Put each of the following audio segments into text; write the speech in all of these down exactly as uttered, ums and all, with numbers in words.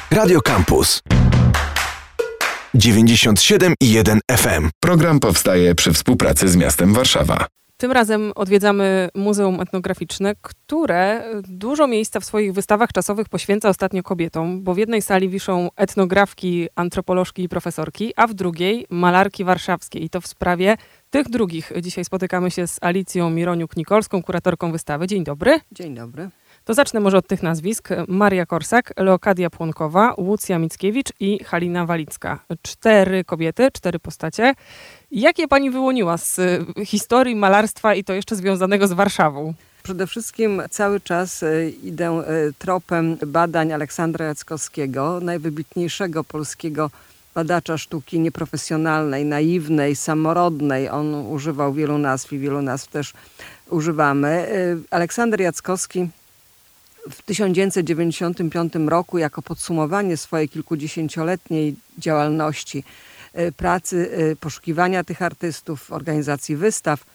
Radio Campus dziewięćdziesiąt siedem i jeden F M. Program powstaje przy współpracy z miastem Warszawa. Tym razem odwiedzamy Muzeum Etnograficzne, które dużo miejsca w swoich wystawach czasowych poświęca ostatnio kobietom, bo w jednej sali wiszą etnografki, antropolożki i profesorki, a w drugiej malarki warszawskie. I to w sprawie tych drugich. Dzisiaj spotykamy się z Alicją Mironiuk-Nikolską, kuratorką wystawy. Dzień dobry. Dzień dobry. To zacznę może od tych nazwisk. Maria Korsak, Leokadia Płonkowa, Łucja Mickiewicz i Halina Walicka. Cztery kobiety, cztery postacie. Jakie pani wyłoniła z historii malarstwa i to jeszcze związanego z Warszawą? Przede wszystkim cały czas idę tropem badań Aleksandra Jackowskiego, najwybitniejszego polskiego badacza sztuki nieprofesjonalnej, naiwnej, samorodnej. On używał wielu nazw i wielu nazw też używamy. Aleksander Jackowski w tysiąc dziewięćset dziewięćdziesiątym piątym roku jako podsumowanie swojej kilkudziesięcioletniej działalności, pracy, poszukiwania tych artystów, organizacji wystaw,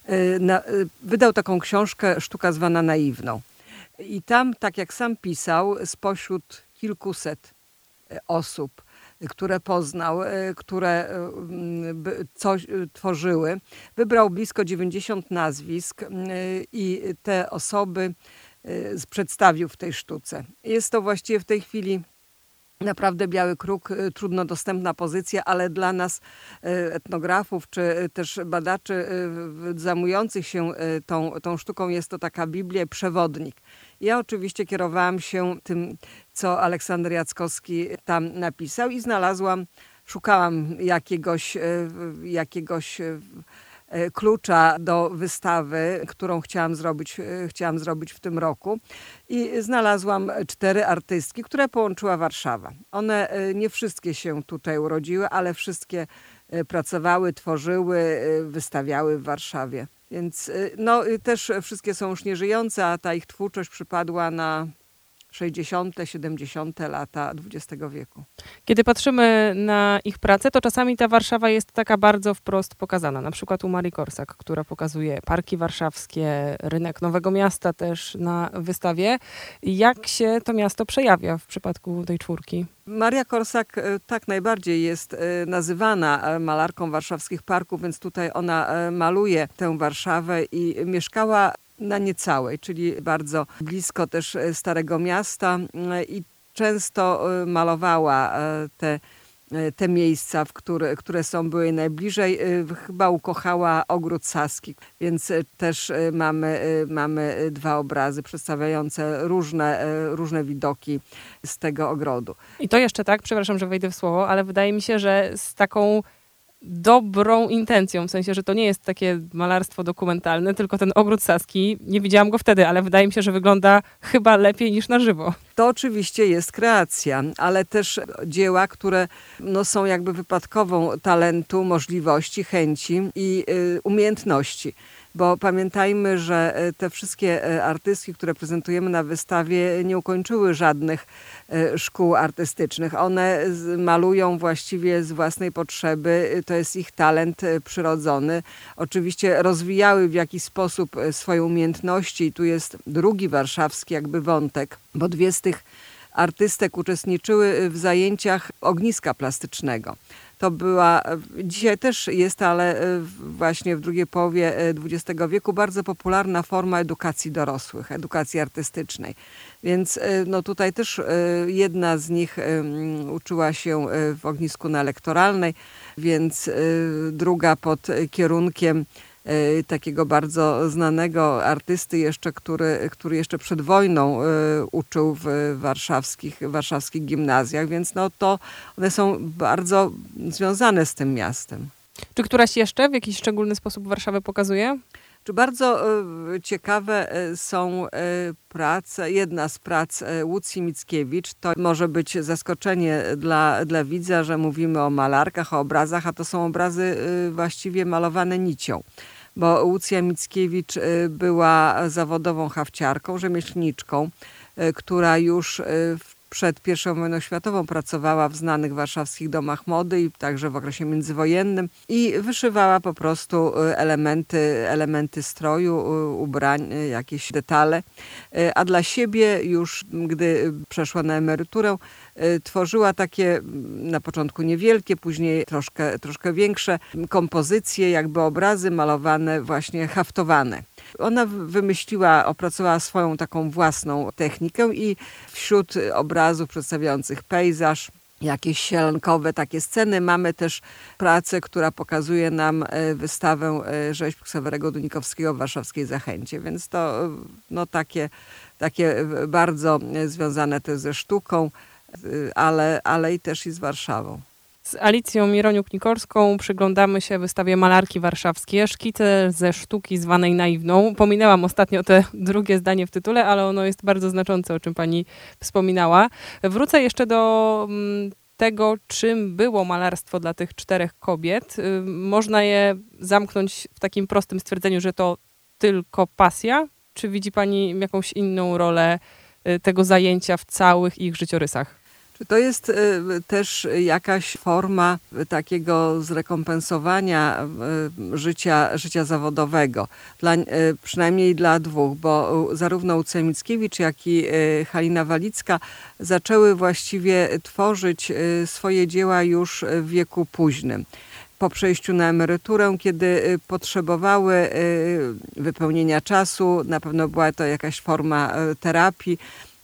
wydał taką książkę Sztuka zwana naiwną. I tam, tak jak sam pisał, spośród kilkuset osób, które poznał, które coś tworzyły, wybrał blisko dziewięćdziesiąt nazwisk i te osoby przedstawił w tej sztuce. Jest to właściwie w tej chwili naprawdę biały kruk, trudno dostępna pozycja, ale dla nas etnografów, czy też badaczy zajmujących się tą, tą sztuką jest to taka Biblia, przewodnik. Ja oczywiście kierowałam się tym, co Aleksander Jackowski tam napisał i znalazłam, szukałam jakiegoś, jakiegoś klucza do wystawy, którą chciałam zrobić, chciałam zrobić w tym roku. I znalazłam cztery artystki, które połączyła Warszawa. One nie wszystkie się tutaj urodziły, ale wszystkie pracowały, tworzyły, wystawiały w Warszawie. Więc no, też wszystkie są już nieżyjące, a ta ich twórczość przypadła na sześćdziesiąte, siedemdziesiąte lata dwudziestego wieku. Kiedy patrzymy na ich pracę, to czasami ta Warszawa jest taka bardzo wprost pokazana. Na przykład u Marii Korsak, która pokazuje parki warszawskie, rynek Nowego Miasta też na wystawie. Jak się to miasto przejawia w przypadku tej czwórki? Maria Korsak tak najbardziej jest nazywana malarką warszawskich parków, więc tutaj ona maluje tę Warszawę i mieszkała na Niecałej, czyli bardzo blisko też Starego Miasta i często malowała te, te miejsca, w które, które są były najbliżej. Chyba ukochała Ogród Saski, więc też mamy, mamy dwa obrazy przedstawiające różne, różne widoki z tego ogrodu. I to jeszcze tak, przepraszam, że wejdę w słowo, ale wydaje mi się, że z taką dobrą intencją, w sensie, że to nie jest takie malarstwo dokumentalne, tylko ten Ogród Saski, nie widziałam go wtedy, ale wydaje mi się, że wygląda chyba lepiej niż na żywo. To oczywiście jest kreacja, ale też dzieła, które no, są jakby wypadkową talentu, możliwości, chęci i y, umiejętności. Bo pamiętajmy, że te wszystkie artystki, które prezentujemy na wystawie, nie ukończyły żadnych szkół artystycznych. One malują właściwie z własnej potrzeby, to jest ich talent przyrodzony. Oczywiście rozwijały w jakiś sposób swoje umiejętności i tu jest drugi warszawski jakby wątek, bo dwie z tych artystek uczestniczyły w zajęciach ogniska plastycznego. To była, dzisiaj też jest, ale właśnie w drugiej połowie dwudziestego wieku bardzo popularna forma edukacji dorosłych, edukacji artystycznej. Więc no tutaj też jedna z nich uczyła się w ognisku na Elektoralnej, więc druga pod kierunkiem takiego bardzo znanego artysty jeszcze, który, który jeszcze przed wojną uczył w warszawskich, warszawskich gimnazjach, więc no to one są bardzo związane z tym miastem. Czy któraś jeszcze w jakiś szczególny sposób Warszawę pokazuje? Czy bardzo ciekawe są prace, jedna z prac Łucji Mickiewicz, to może być zaskoczenie dla, dla widza, że mówimy o malarkach, o obrazach, a to są obrazy właściwie malowane nicią. Bo Łucja Mickiewicz była zawodową hafciarką, rzemieślniczką, która już w przed pierwszą wojną światową pracowała w znanych warszawskich domach mody i także w okresie międzywojennym i wyszywała po prostu elementy, elementy stroju, ubrań, jakieś detale. A dla siebie już, gdy przeszła na emeryturę, tworzyła takie na początku niewielkie, później troszkę, troszkę większe kompozycje, jakby obrazy malowane, właśnie haftowane. Ona wymyśliła, opracowała swoją taką własną technikę i wśród obrazów przedstawiających pejzaż, jakieś sielankowe takie sceny, mamy też pracę, która pokazuje nam wystawę rzeźb Ksawerego Dunikowskiego w warszawskiej Zachęcie. Więc to no, takie, takie bardzo związane też ze sztuką, ale, ale i też i z Warszawą. Z Alicją Mieroniuk-Nikorską przyglądamy się wystawie Malarki Warszawskie, szkice ze sztuki zwanej naiwną. Pominęłam ostatnio te drugie zdanie w tytule, ale ono jest bardzo znaczące, o czym pani wspominała. Wrócę jeszcze do tego, czym było malarstwo dla tych czterech kobiet. Można je zamknąć w takim prostym stwierdzeniu, że to tylko pasja? Czy widzi pani jakąś inną rolę tego zajęcia w całych ich życiorysach? Czy to jest też jakaś forma takiego zrekompensowania życia, życia zawodowego? Dla, przynajmniej dla dwóch, bo zarówno Łucja Mickiewicz, jak i Halina Walicka zaczęły właściwie tworzyć swoje dzieła już w wieku późnym. Po przejściu na emeryturę, kiedy potrzebowały wypełnienia czasu, na pewno była to jakaś forma terapii,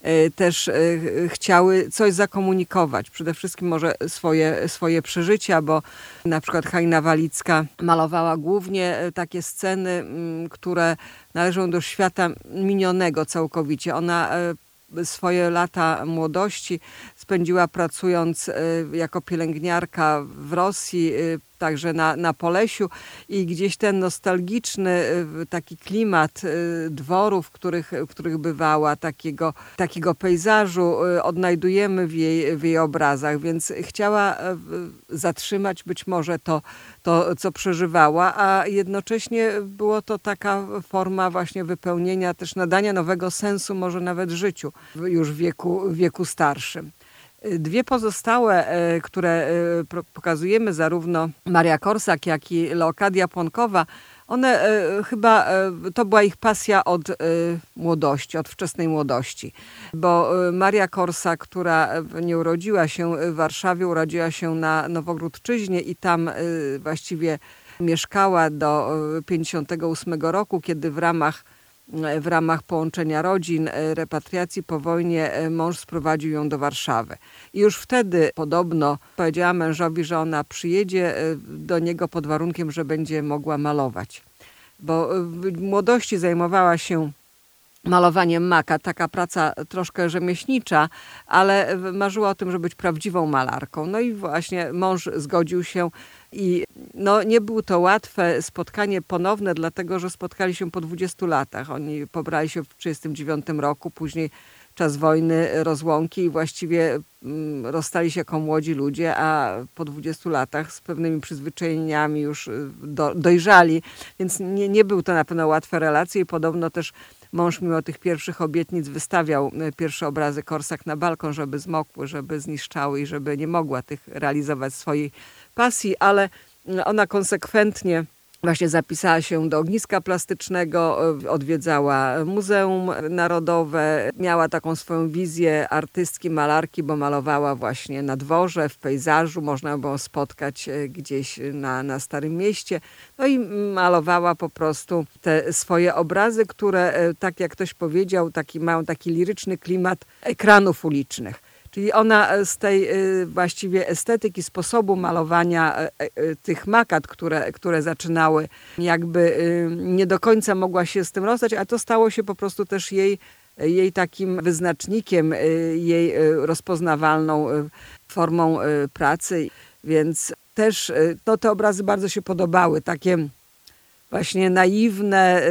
też chciały coś zakomunikować. Przede wszystkim może swoje, swoje przeżycia, bo na przykład Halina Walicka malowała głównie takie sceny, które należą do świata minionego całkowicie. Ona swoje lata młodości spędziła pracując jako pielęgniarka w Rosji, także na, na Polesiu i gdzieś ten nostalgiczny taki klimat dworów, w których, w których bywała, takiego, takiego pejzażu odnajdujemy w jej, w jej obrazach, więc chciała zatrzymać być może to, to, co przeżywała, a jednocześnie było to taka forma właśnie wypełnienia, też nadania nowego sensu może nawet życiu, już w wieku, w wieku starszym. Dwie pozostałe, które pokazujemy, zarówno Maria Korsak, jak i Leokadia Płonkowa, one chyba, to była ich pasja od młodości, od wczesnej młodości. Bo Maria Korsak, która nie urodziła się w Warszawie, urodziła się na Nowogródczyźnie i tam właściwie mieszkała do pięćdziesiątego ósmego roku, kiedy w ramach w ramach połączenia rodzin, repatriacji po wojnie mąż sprowadził ją do Warszawy. I już wtedy podobno powiedziała mężowi, że ona przyjedzie do niego pod warunkiem, że będzie mogła malować. Bo w młodości zajmowała się malowaniem maka, taka praca troszkę rzemieślnicza, ale marzyła o tym, żeby być prawdziwą malarką. No i właśnie mąż zgodził się i no, nie było to łatwe spotkanie ponowne, dlatego że spotkali się po dwudziestu latach. Oni pobrali się w tysiąc dziewięćset trzydziestym dziewiątym roku, później czas wojny, rozłąki i właściwie mm, rozstali się jako młodzi ludzie, a po dwudziestu latach z pewnymi przyzwyczajeniami już do, dojrzali, więc nie, nie był to na pewno łatwe relacje i podobno też mąż mimo tych pierwszych obietnic wystawiał pierwsze obrazy Korsak na balkon, żeby zmokły, żeby zniszczały i żeby nie mogła tych realizować swojej pasji, ale ona konsekwentnie właśnie zapisała się do ogniska plastycznego, odwiedzała Muzeum Narodowe, miała taką swoją wizję artystki, malarki, bo malowała właśnie na dworze, w pejzażu, można było spotkać gdzieś na, na Starym Mieście. No i malowała po prostu te swoje obrazy, które, tak jak ktoś powiedział, taki, mają taki liryczny klimat ekranów ulicznych. Czyli ona z tej właściwie estetyki, sposobu malowania tych makat, które, które zaczynały, jakby nie do końca mogła się z tym rozstać, a to stało się po prostu też jej, jej takim wyznacznikiem, jej rozpoznawalną formą pracy. Więc też no, te obrazy bardzo się podobały, takie właśnie naiwne,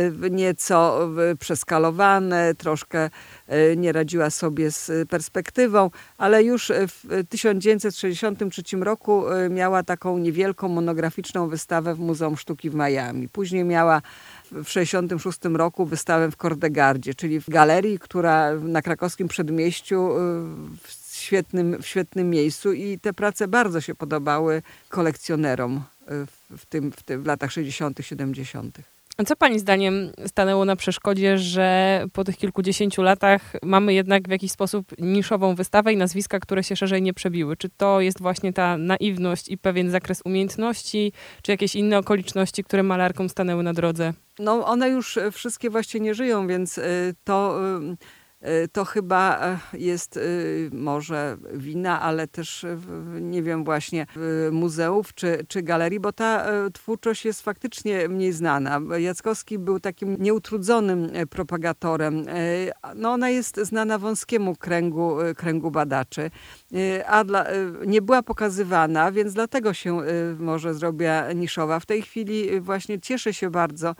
nieco przeskalowane, troszkę nie radziła sobie z perspektywą, ale już w tysiąc dziewięćset sześćdziesiątym trzecim roku miała taką niewielką monograficzną wystawę w Muzeum Sztuki w Miami. Później miała w sześćdziesiątym szóstym roku wystawę w Kordegardzie, czyli w galerii, która na krakowskim Przedmieściu w świetnym, w świetnym miejscu i te prace bardzo się podobały kolekcjonerom w, tym, w, tym, w latach sześćdziesiątych, siedemdziesiątych. A co pani zdaniem stanęło na przeszkodzie, że po tych kilkudziesięciu latach mamy jednak w jakiś sposób niszową wystawę i nazwiska, które się szerzej nie przebiły? Czy to jest właśnie ta naiwność i pewien zakres umiejętności, czy jakieś inne okoliczności, które malarkom stanęły na drodze? No one już wszystkie właściwie nie żyją, więc to... To chyba jest może wina, ale też nie wiem właśnie muzeów czy, czy galerii, bo ta twórczość jest faktycznie mniej znana. Jackowski był takim nieutrudzonym propagatorem. No ona jest znana wąskiemu kręgu, kręgu badaczy, a dla, nie była pokazywana, więc dlatego się może zrobiła niszowa. W tej chwili właśnie cieszę się bardzo,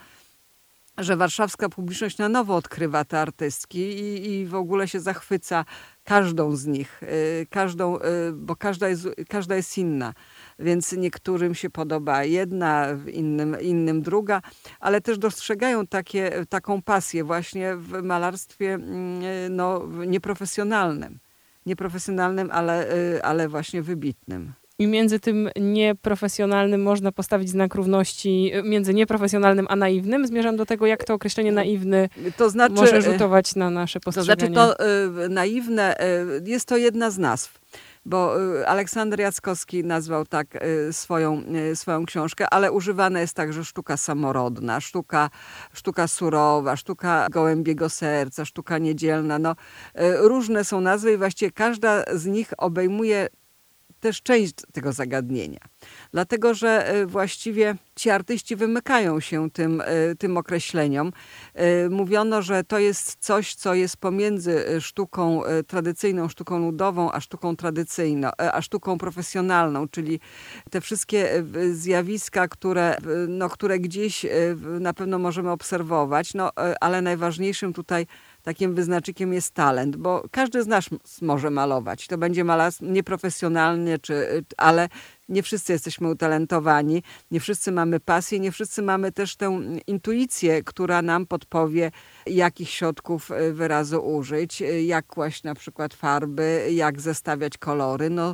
że warszawska publiczność na nowo odkrywa te artystki i, i w ogóle się zachwyca każdą z nich, każdą, bo każda jest, każda jest inna. Więc niektórym się podoba jedna, innym, innym druga, ale też dostrzegają takie, taką pasję właśnie w malarstwie no, nieprofesjonalnym. Nieprofesjonalnym, ale, ale właśnie wybitnym. I między tym nieprofesjonalnym można postawić znak równości, między nieprofesjonalnym a naiwnym. Zmierzam do tego, jak to określenie naiwny to znaczy, może rzutować na nasze postrzeganie. To znaczy to y, naiwne, y, jest to jedna z nazw. Bo Aleksander Jackowski nazwał tak swoją, swoją książkę, ale używana jest także sztuka samorodna, sztuka, sztuka surowa, sztuka gołębiego serca, sztuka niedzielna. No, różne są nazwy i właściwie każda z nich obejmuje też część tego zagadnienia. Dlatego, że właściwie ci artyści wymykają się tym, tym określeniom. Mówiono, że to jest coś, co jest pomiędzy sztuką tradycyjną, sztuką ludową, a sztuką tradycyjną, a sztuką profesjonalną, czyli te wszystkie zjawiska, które, no, które gdzieś na pewno możemy obserwować, no, ale najważniejszym tutaj takim wyznacznikiem jest talent, bo każdy z nas może malować. To będzie malarstwo nieprofesjonalnie, czy, ale nie wszyscy jesteśmy utalentowani, nie wszyscy mamy pasję, nie wszyscy mamy też tę intuicję, która nam podpowie, jakich środków wyrazu użyć, jak kłaść na przykład farby, jak zestawiać kolory. No,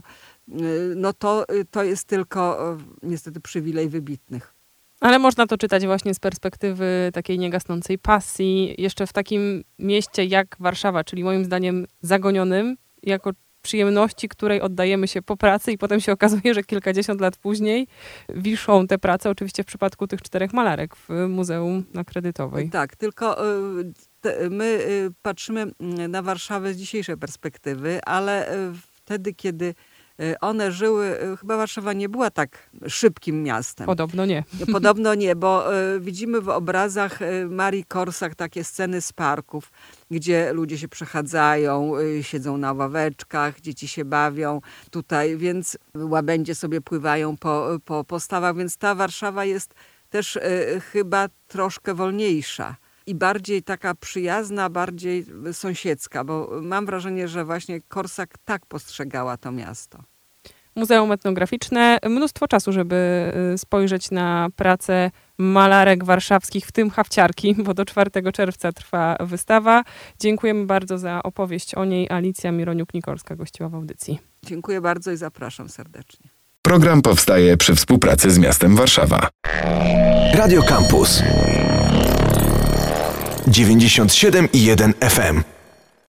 no to, to jest tylko niestety przywilej wybitnych. Ale można to czytać właśnie z perspektywy takiej niegasnącej pasji. Jeszcze w takim mieście jak Warszawa, czyli moim zdaniem zagonionym, jako przyjemności, której oddajemy się po pracy i potem się okazuje, że kilkadziesiąt lat później wiszą te prace, oczywiście w przypadku tych czterech malarek w Muzeum na Kredytowej. Tak, tylko te, my patrzymy na Warszawę z dzisiejszej perspektywy, ale wtedy, kiedy one żyły, chyba Warszawa nie była tak szybkim miastem. Podobno nie. Podobno nie, bo y, widzimy w obrazach y, Marii Korsak takie sceny z parków, gdzie ludzie się przechadzają, y, siedzą na ławeczkach, dzieci się bawią tutaj, więc łabędzie sobie pływają po, po postawach, więc ta Warszawa jest też y, chyba troszkę wolniejsza. I bardziej taka przyjazna, bardziej sąsiedzka, bo mam wrażenie, że właśnie Korsak tak postrzegała to miasto. Muzeum Etnograficzne. Mnóstwo czasu, żeby spojrzeć na pracę malarek warszawskich, w tym Hawciarki, bo do czwartego czerwca trwa wystawa. Dziękujemy bardzo za opowieść o niej. Alicja Mironiuk-Nikolska gościła w audycji. Dziękuję bardzo i zapraszam serdecznie. Program powstaje przy współpracy z miastem Warszawa. Radio Campus dziewięćdziesiąt siedem i jeden F M.